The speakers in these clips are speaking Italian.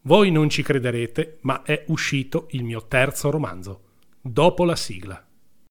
Voi non ci crederete, ma è uscito il mio terzo romanzo. Dopo la sigla.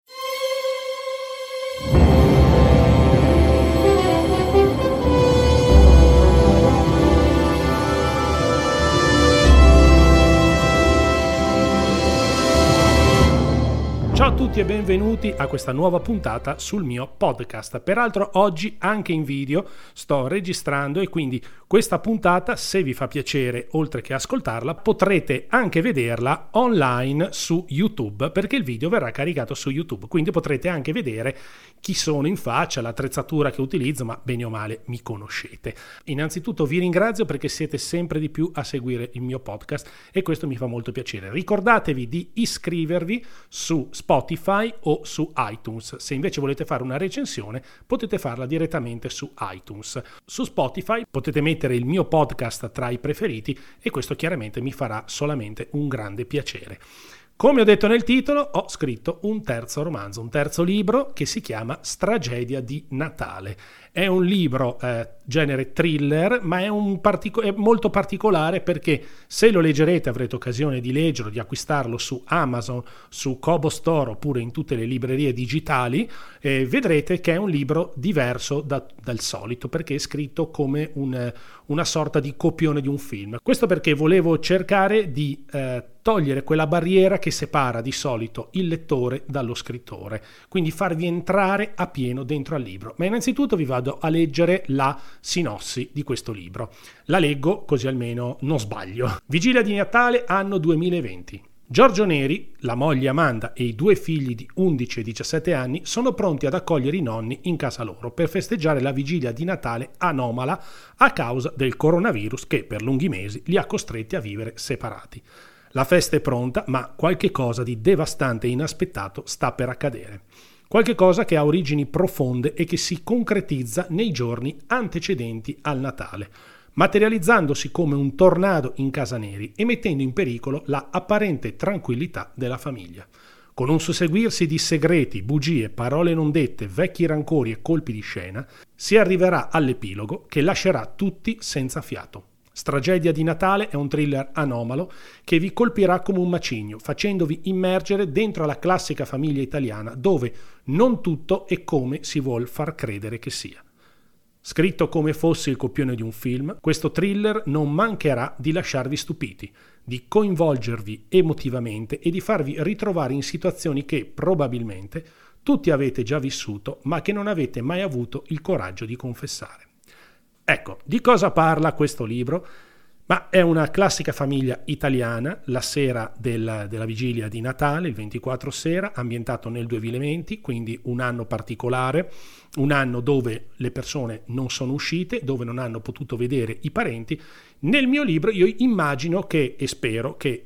Ciao a tutti e benvenuti a questa nuova puntata sul mio podcast. Peraltro oggi anche in video sto registrando e quindi questa puntata, se vi fa piacere, oltre che ascoltarla, potrete anche vederla online su YouTube, perché il video verrà caricato su YouTube, quindi potrete anche vedere chi sono in faccia, l'attrezzatura che utilizzo, ma bene o male mi conoscete. Innanzitutto vi ringrazio perché siete sempre di più a seguire il mio podcast e questo mi fa molto piacere. Ricordatevi di iscrivervi su Spotify o su iTunes. Se invece volete fare una recensione potete farla direttamente su iTunes. Su Spotify potete mettere il mio podcast tra i preferiti e questo chiaramente mi farà solamente un grande piacere. Come ho detto nel titolo, ho scritto un terzo romanzo, un terzo libro che si chiama Stragedia di Natale. È un libro genere thriller, ma è molto particolare perché se lo leggerete avrete occasione di leggerlo, di acquistarlo su Amazon, su Kobo Store oppure in tutte le librerie digitali, vedrete che è un libro diverso dal solito perché è scritto come una sorta di copione di un film. Questo perché volevo cercare di togliere quella barriera che separa di solito il lettore dallo scrittore, quindi farvi entrare a pieno dentro al libro. Ma innanzitutto vi vado a leggere la sinossi di questo libro. La leggo così almeno non sbaglio. Vigilia di Natale anno 2020. Giorgio Neri, la moglie Amanda e i due figli di 11 e 17 anni sono pronti ad accogliere i nonni in casa loro per festeggiare la vigilia di Natale anomala a causa del coronavirus che per lunghi mesi li ha costretti a vivere separati. La festa è pronta, ma qualche cosa di devastante e inaspettato sta per accadere. Qualche cosa che ha origini profonde e che si concretizza nei giorni antecedenti al Natale, materializzandosi come un tornado in casa Neri e mettendo in pericolo la apparente tranquillità della famiglia. Con un susseguirsi di segreti, bugie, parole non dette, vecchi rancori e colpi di scena, si arriverà all'epilogo che lascerà tutti senza fiato. Stragedia di Natale è un thriller anomalo che vi colpirà come un macigno, facendovi immergere dentro la classica famiglia italiana dove non tutto è come si vuol far credere che sia. Scritto come fosse il copione di un film, questo thriller non mancherà di lasciarvi stupiti, di coinvolgervi emotivamente e di farvi ritrovare in situazioni che probabilmente tutti avete già vissuto ma che non avete mai avuto il coraggio di confessare. Ecco, di cosa parla questo libro? Ma è una classica famiglia italiana, la sera della vigilia di Natale, il 24 sera, ambientato nel 2020, quindi un anno particolare, un anno dove le persone non sono uscite, dove non hanno potuto vedere i parenti. Nel mio libro io immagino che e spero che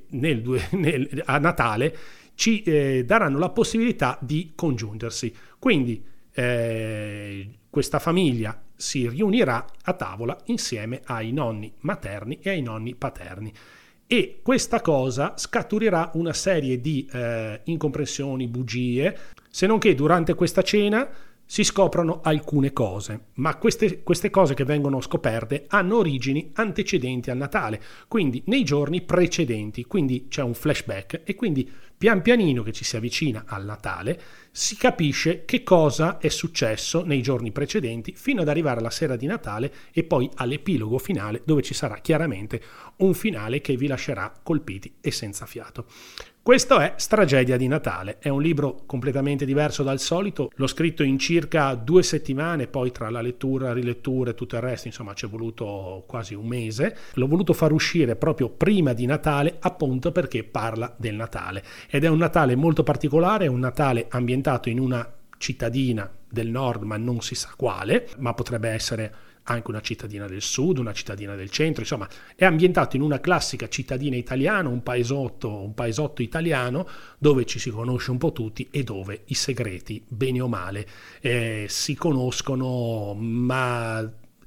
a Natale ci daranno la possibilità di congiungersi. Quindi questa famiglia si riunirà a tavola insieme ai nonni materni e ai nonni paterni e questa cosa scaturirà una serie di incomprensioni, bugie, se non che durante questa cena si scoprono alcune cose, ma queste cose che vengono scoperte hanno origini antecedenti al Natale, quindi nei giorni precedenti, quindi c'è un flashback e quindi pian pianino che ci si avvicina al Natale si capisce che cosa è successo nei giorni precedenti fino ad arrivare alla sera di Natale e poi all'epilogo finale dove ci sarà chiaramente un finale che vi lascerà colpiti e senza fiato. Questo è Stragedia di Natale, è un libro completamente diverso dal solito, l'ho scritto in circa 2 settimane, poi tra la lettura, rilettura e tutto il resto, insomma ci è voluto quasi un mese. L'ho voluto far uscire proprio prima di Natale, appunto perché parla del Natale. Ed è un Natale molto particolare, è un Natale ambientato in una cittadina del nord, ma non si sa quale, ma potrebbe essere anche una cittadina del sud, una cittadina del centro, insomma è ambientato in una classica cittadina italiana, un paesotto italiano dove ci si conosce un po' tutti e dove i segreti, bene o male, si conoscono, ma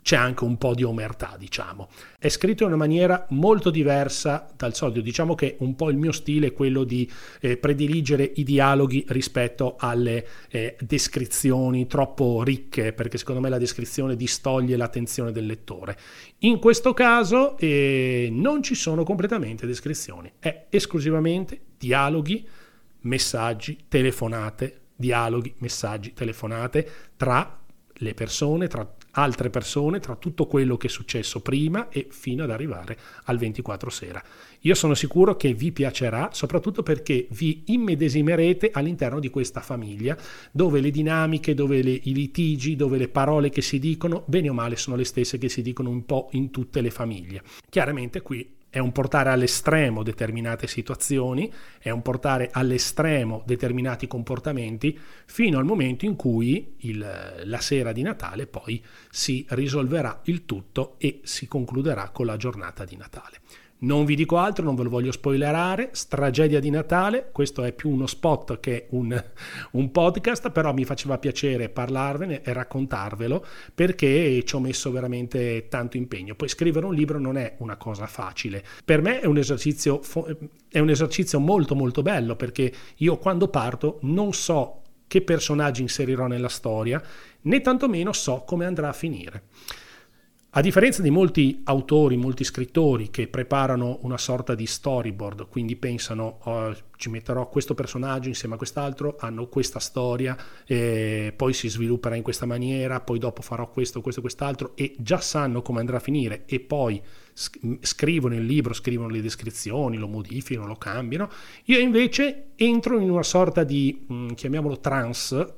c'è anche un po' di omertà, diciamo. È scritto in una maniera molto diversa dal solito, diciamo che un po' il mio stile è quello di prediligere i dialoghi rispetto alle descrizioni troppo ricche, perché secondo me la descrizione distoglie l'attenzione del lettore. In questo caso non ci sono completamente descrizioni, è esclusivamente dialoghi, messaggi, telefonate, dialoghi, messaggi, telefonate tra le persone, tra altre persone, tra tutto quello che è successo prima e fino ad arrivare al 24 sera. Io sono sicuro che vi piacerà, soprattutto perché vi immedesimerete all'interno di questa famiglia, dove le dinamiche, dove i litigi, dove le parole che si dicono, bene o male, sono le stesse che si dicono un po' in tutte le famiglie. Chiaramente qui è un portare all'estremo determinate situazioni, è un portare all'estremo determinati comportamenti, fino al momento in cui la sera di Natale poi si risolverà il tutto e si concluderà con la giornata di Natale. Non vi dico altro, non ve lo voglio spoilerare. Stragedia di Natale, questo è più uno spot che un podcast, però mi faceva piacere parlarvene e raccontarvelo, perché ci ho messo veramente tanto impegno. Poi scrivere un libro non è una cosa facile. Per me è un esercizio molto molto bello, perché io quando parto non so che personaggi inserirò nella storia, né tantomeno so come andrà a finire. A differenza di molti autori, molti scrittori che preparano una sorta di storyboard, quindi pensano ci metterò questo personaggio insieme a quest'altro, hanno questa storia, poi si svilupperà in questa maniera, poi dopo farò questo, quest'altro, e già sanno come andrà a finire, e poi scrivono il libro, scrivono le descrizioni, lo modificano, lo cambiano. Io invece entro in una sorta di, chiamiamolo trance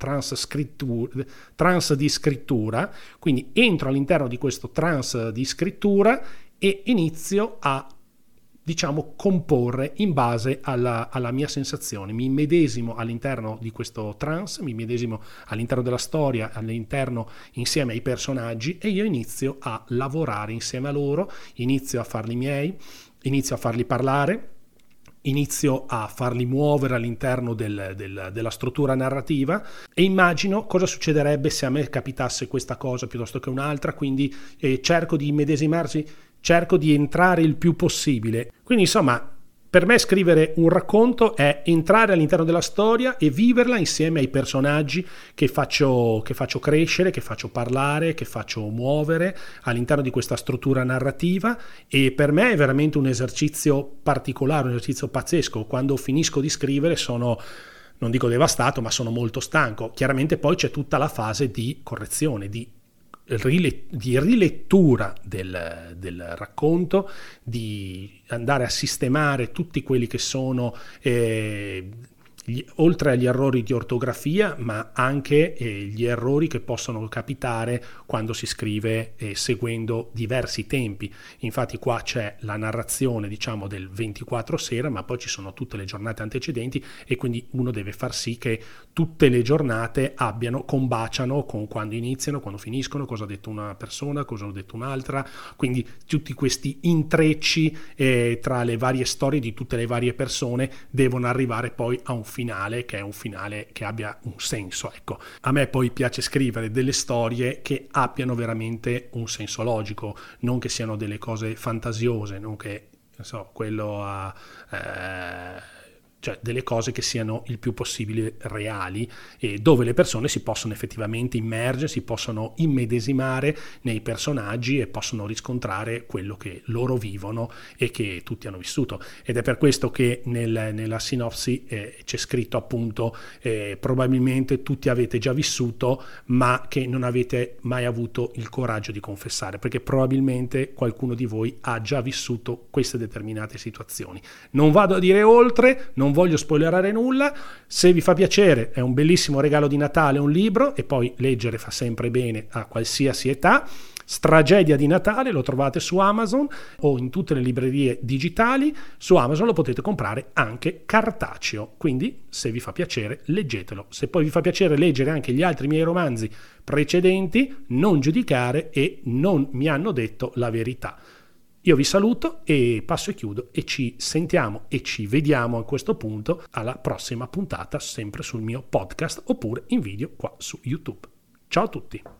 di scrittura, quindi entro all'interno di questo trance di scrittura e inizio a, diciamo, comporre in base alla mia sensazione. Mi immedesimo all'interno di questo trance, mi immedesimo all'interno della storia, all'interno insieme ai personaggi, e io inizio a lavorare insieme a loro, inizio a farli miei, inizio a farli parlare, inizio a farli muovere all'interno della struttura narrativa, e immagino cosa succederebbe se a me capitasse questa cosa piuttosto che un'altra, quindi cerco di immedesimarsi, cerco di entrare il più possibile. Quindi insomma, per me scrivere un racconto è entrare all'interno della storia e viverla insieme ai personaggi che faccio crescere, che faccio parlare, che faccio muovere all'interno di questa struttura narrativa, e per me è veramente un esercizio particolare, un esercizio pazzesco. Quando finisco di scrivere sono, non dico devastato, ma sono molto stanco. Chiaramente poi c'è tutta la fase di correzione, di rilettura del racconto, di andare a sistemare tutti quelli che sono oltre agli errori di ortografia, ma anche gli errori che possono capitare quando si scrive seguendo diversi tempi. Infatti qua c'è la narrazione, diciamo, del 24 sera, ma poi ci sono tutte le giornate antecedenti, e quindi uno deve far sì che tutte le giornate combaciano con quando iniziano, quando finiscono, cosa ha detto una persona, cosa ha detto un'altra, quindi tutti questi intrecci tra le varie storie di tutte le varie persone devono arrivare poi a un finale, che è un finale che abbia un senso. Ecco, a me poi piace scrivere delle storie che abbiano veramente un senso logico, non che siano delle cose fantasiose, non che, non so, quello a cioè delle cose che siano il più possibile reali, e dove le persone si possono effettivamente immergere, si possono immedesimare nei personaggi e possono riscontrare quello che loro vivono e che tutti hanno vissuto. Ed è per questo che nella sinossi c'è scritto appunto probabilmente tutti avete già vissuto, ma che non avete mai avuto il coraggio di confessare, perché probabilmente qualcuno di voi ha già vissuto queste determinate situazioni. Non vado a dire oltre, non voglio spoilerare nulla. Se vi fa piacere, è un bellissimo regalo di Natale un libro, e poi leggere fa sempre bene a qualsiasi età. Stragedia di Natale lo trovate su Amazon o in tutte le librerie digitali. Su Amazon lo potete comprare anche cartaceo, quindi se vi fa piacere leggetelo. Se poi vi fa piacere leggere anche gli altri miei romanzi precedenti, non giudicare e non mi hanno detto la verità. Io vi saluto e passo e chiudo, e ci sentiamo e ci vediamo a questo punto alla prossima puntata, sempre sul mio podcast oppure in video qua su YouTube. Ciao a tutti!